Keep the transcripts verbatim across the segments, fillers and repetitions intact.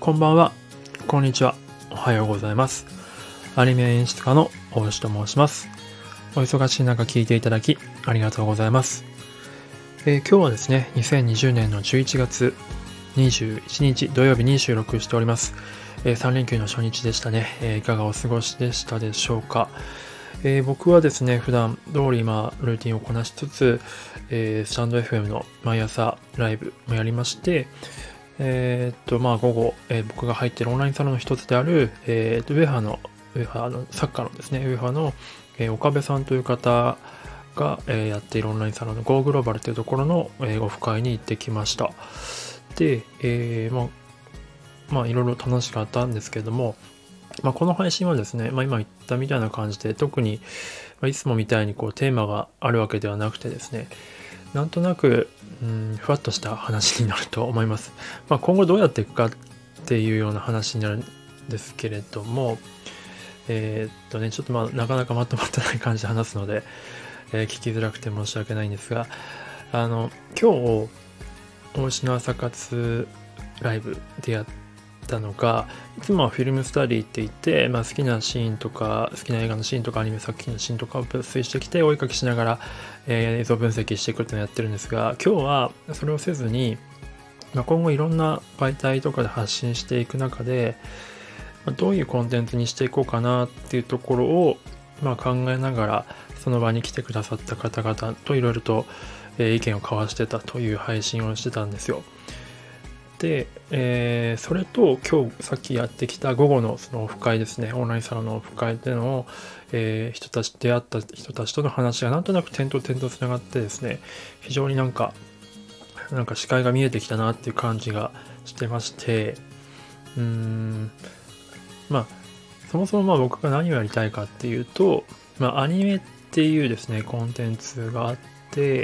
こんばんは、こんにちは、おはようございます。アニメ演出家の大石と申します。お忙しい中聞いていただきありがとうございます。えー、今日はですね、にせんにじゅうねんのじゅういちがつにじゅういちにち土曜日に収録しております。えー、さん連休の初日でしたね、えー。いかがお過ごしでしたでしょうか。えー、僕はですね、普段通り今ルーティンをこなしつつ、えー、スタンド エフエム の毎朝ライブもやりまして、えー、っと、まあ午後、えー、僕が入っているオンラインサロンの一つである、えー、っと、ウェハの、ウェハの、サッカーのですね、ウェハの、えー、岡部さんという方が、えー、やっているオンラインサロンの Go グローバルというところの、えー、オフ会に行ってきました。で、えー、まあ、まあいろいろ楽しかったんですけれども、まあ、この配信はですね、まあ、今言ったみたいな感じで、特に、まあ、いつもみたいにこうテーマがあるわけではなくてですね、なんとなく、うん、ふわっとした話になると思います。まあ、今後どうやっていくかっていうような話になるんですけれども、えー、っとね、ちょっとまあなかなかまとまってない感じで話すので、えー、聞きづらくて申し訳ないんですが、あの、今日、大石の朝活ライブでやったのが、いつもはフィルムスタディって言って、まあ、好きなシーンとか好きな映画のシーンとかアニメ作品のシーンとかを分析してきてお絵かきしながら、えー、映像分析していくっていうのをやってるんですが、今日はそれをせずに、まあ、今後いろんな媒体とかで発信していく中で、まあ、どういうコンテンツにしていこうかなっていうところを、まあ、考えながらその場に来てくださった方々といろいろと、えー、意見を交わしてたという配信をしてたんですよ。で、えー、それと今日さっきやってきた午後のそのオフ会ですね、オンラインサロンのオフ会での、えー、人たち、出会った人たちとの話がなんとなく点と点とつながってですね、非常になんか、なんか視界が見えてきたなっていう感じがしてまして、うーん、まあ、そもそもまあ僕が何をやりたいかっていうと、まあアニメっていうですね、コンテンツがあって、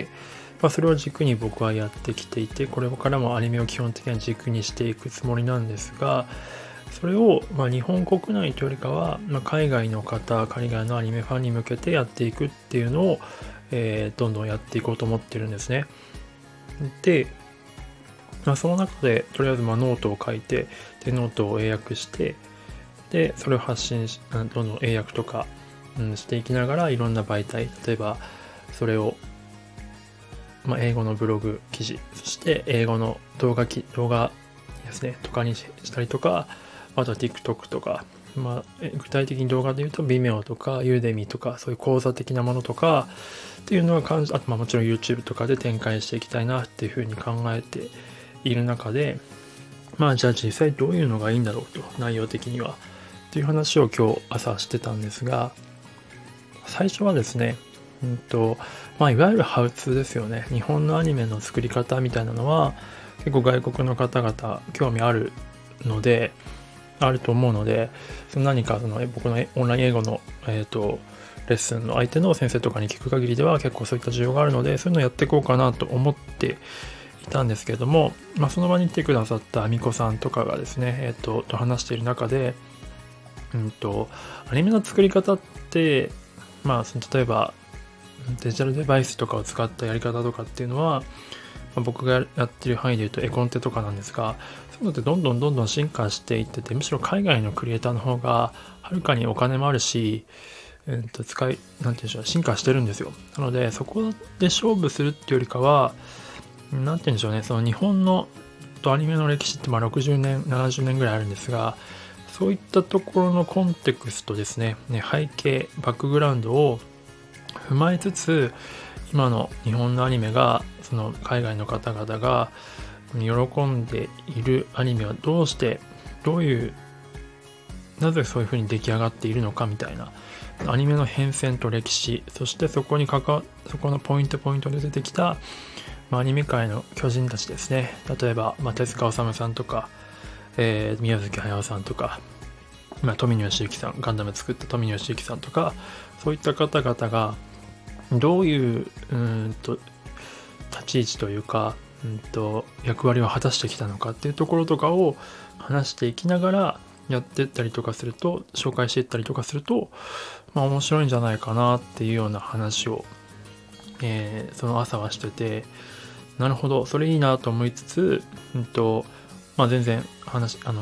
まあ、それを軸に僕はやってきていて、これからもアニメを基本的には軸にしていくつもりなんですが、それをまあ日本国内というよりかは、まあ、海外の方、海外のアニメファンに向けてやっていくっていうのを、えー、どんどんやっていこうと思ってるんですね。で、まあ、その中でとりあえずまあノートを書いて、でノートを英訳して、でそれを発信し、どんどん英訳とか、うん、していきながらいろんな媒体、例えばそれをまあ、英語のブログ記事、そして英語の動画き動画ですねとかにしたりとか、あとは TikTok とか、まあ、具体的に動画で言うと Vimeo とか Udemy とかそういう講座的なものとかっていうのは感じ、あとまあもちろん YouTube とかで展開していきたいなっていうふうに考えている中で、まあじゃあ実際どういうのがいいんだろうと、内容的にはっていう話を今日朝してたんですが、最初はですね、うんとまあ、いわゆるハウツーですよね。日本のアニメの作り方みたいなのは結構外国の方々興味あるのであると思うので、その何かその僕のオンライン英語の、えーと、レッスンの相手の先生とかに聞く限りでは結構そういった需要があるので、そういうのをやっていこうかなと思っていたんですけれども、まあ、その場に来てくださったアミコさんとかがですね、えーと、と話している中で、うんとアニメの作り方ってまあその例えばデジタルデバイスとかを使ったやり方とかっていうのは、まあ、僕がやってる範囲で言うと絵コンテとかなんですが、そういうのってどんどんどんどん進化していってて、むしろ海外のクリエイターの方がはるかにお金もあるし、えー、と使いなんていうんでしょう、進化してるんですよ。なのでそこで勝負するっていうよりかは、なんていうんでしょうね、その日本のアニメの歴史ってまあろくじゅうねんななじゅうねんぐらいあるんですが、そういったところのコンテクストですね、ね背景バックグラウンドを踏まえつつ、今の日本のアニメがその海外の方々が喜んでいるアニメはどうしてどういうなぜそういう風に出来上がっているのかみたいなアニメの変遷と歴史、そしてそこに関わそこのポイントポイントで出てきた、まあ、アニメ界の巨人たちですね。例えば、まあ、手塚治虫さんとか、えー、宮崎駿さんとか、まあ、富野義行さん、ガンダム作った富野義行さんとか、そういった方々がどういう、うーんと立ち位置というか、うんと役割を果たしてきたのかっていうところとかを話していきながらやっていったりとかすると、紹介していったりとかすると、まあ面白いんじゃないかなっていうような話を、えー、その朝はしてて、なるほど、それいいなと思いつつ、うんとまあ、全然話あの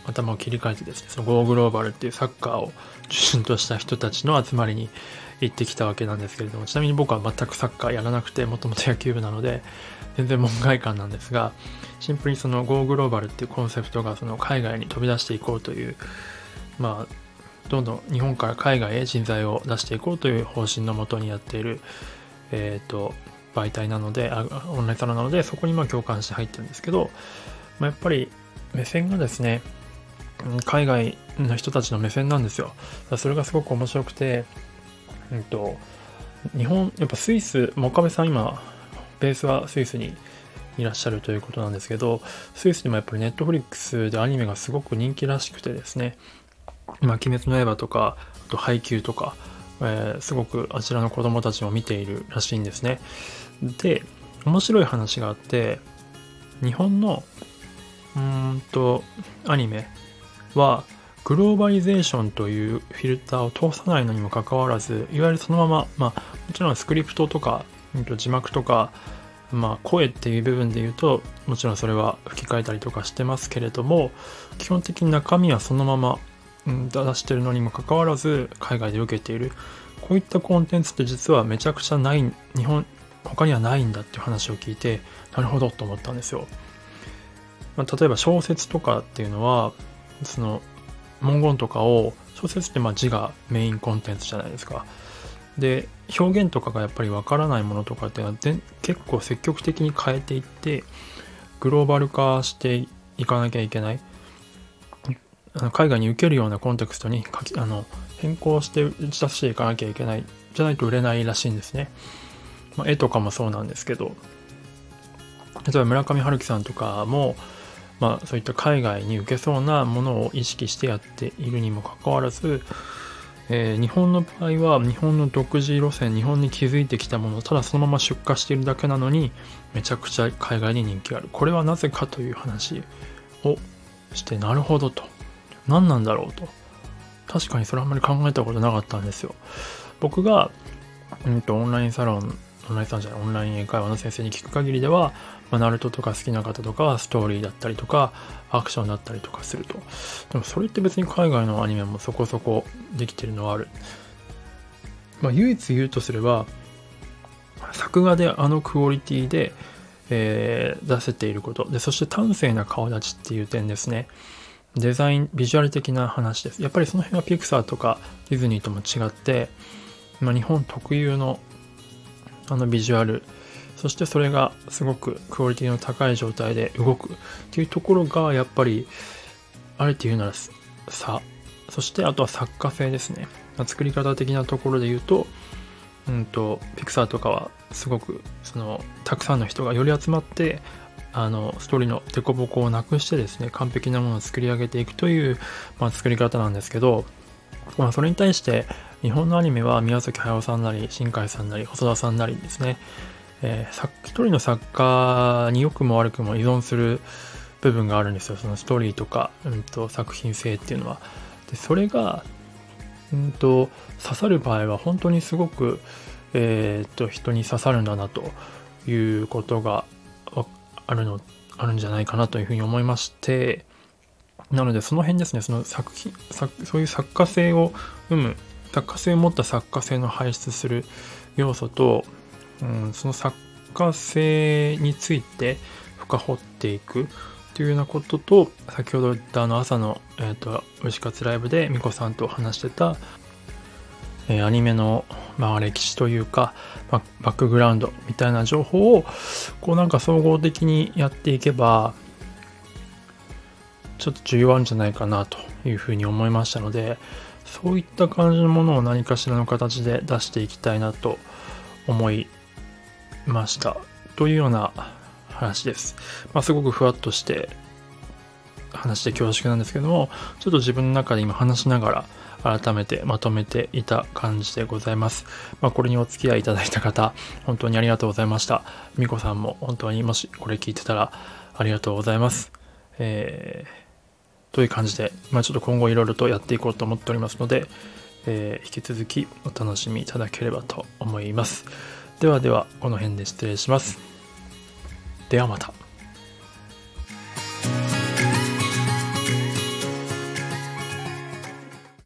頭を切り替えてですね、その Go グローバルっていうサッカーを中心とした人たちの集まりに行ってきたわけなんですけれども、ちなみに僕は全くサッカーやらなくて、もともと野球部なので全然門外漢なんですが、シンプルにその Go グローバルっていうコンセプトがその海外に飛び出していこうという、まあどんどん日本から海外へ人材を出していこうという方針のもとにやっている、えっと媒体なので、あオンラインサロンなので、そこにまあ共感して入ってるんですけど、まあ、やっぱり目線がですね、海外の人たちの目線なんですよ。それがすごく面白くて、うんと、日本、やっぱスイス、岡部さん今、ベースはスイスにいらっしゃるということなんですけど、スイスでもやっぱりネットフリックスでアニメがすごく人気らしくてですね、まあ、鬼滅の刃とか、あと配給とか、えー、すごくあちらの子供たちも見ているらしいんですね。で、面白い話があって、日本のうーんとアニメはグローバリゼーションというフィルターを通さないのにもかかわらず、いわゆるそのまま、まあもちろんスクリプトとか字幕とか、まあ声っていう部分で言うと、もちろんそれは吹き替えたりとかしてますけれども、基本的に中身はそのまま、うん、出してるのにもかかわらず海外で受けている。こういったコンテンツって実はめちゃくちゃない、日本他にはないんだっていう話を聞いて、なるほどと思ったんですよ。まあ、例えば小説とかっていうのは、その文言とかを、小説ってまあ字がメインコンテンツじゃないですか。で、表現とかがやっぱりわからないものとかっていうのは結構積極的に変えていって、グローバル化していかなきゃいけない。あの海外に受けるようなコンテクストに書きあの変更して打ち出していかなきゃいけない。じゃないと売れないらしいんですね。まあ、絵とかもそうなんですけど、例えば村上春樹さんとかも、まあ、そういった海外に受けそうなものを意識してやっているにもかかわらず、えー、日本の場合は日本の独自路線、日本に築いてきたものをただそのまま出荷しているだけなのに、めちゃくちゃ海外に人気がある。これはなぜかという話をして、なるほどと。何なんだろうと。確かにそれあんまり考えたことなかったんですよ。僕が、うんと、オンラインサロン、オンラインサロンじゃない、オンライン英会話の先生に聞く限りでは、まあ、ナルトとか好きな方とかはストーリーだったりとか、アクションだったりとかすると。でもそれって別に海外のアニメもそこそこできてるのはある。まあ、唯一言うとすれば、作画であのクオリティで、えー、出せていること。で、そして端正な顔立ちっていう点ですね。デザイン、ビジュアル的な話です。やっぱりその辺はピクサーとかディズニーとも違って、まあ、日本特有のあのビジュアル、そしてそれがすごくクオリティの高い状態で動くっていうところがやっぱりあれて言うならさ、そしてあとは作家性ですね。まあ、作り方的なところで言うと、うんとピクサーとかはすごくそのたくさんの人がより集まってあのストーリーの凸凹をなくしてですね、完璧なものを作り上げていくという、まあ、作り方なんですけど、まあ、それに対して日本のアニメは宮崎駿さんなり新海さんなり細田さんなりですね、えー、一人の作家に良くも悪くも依存する部分があるんですよ。そのストーリーとか、うんと、作品性っていうのは。でそれが、うんと、刺さる場合は本当にすごく、えー、と人に刺さるんだなということがあるのあるんじゃないかなというふうに思いまして、なのでその辺ですね、その作品作そういう作家性を生む、作家性を持った作家性の輩出する要素と、うん、その作家性について深掘っていくというようなことと、先ほど言ったあの朝の、えーと、牛活ライブでみこさんと話してた、えー、アニメの、まあ、歴史というか、まあ、バックグラウンドみたいな情報をこうなんか総合的にやっていけばちょっと重要あるんじゃないかなというふうに思いましたので、そういった感じのものを何かしらの形で出していきたいなと思いましたというような話です。まあ、すごくふわっとして話で恐縮なんですけども、ちょっと自分の中で今話しながら改めてまとめていた感じでございます。まあ、これにお付き合いいただいた方、本当にありがとうございました。みこさんも本当にもしこれ聞いてたらありがとうございます。えー、という感じで、まあ、ちょっと今後いろいろとやっていこうと思っておりますので、えー、引き続きお楽しみいただければと思います。ではでは、この辺で失礼します。ではまた。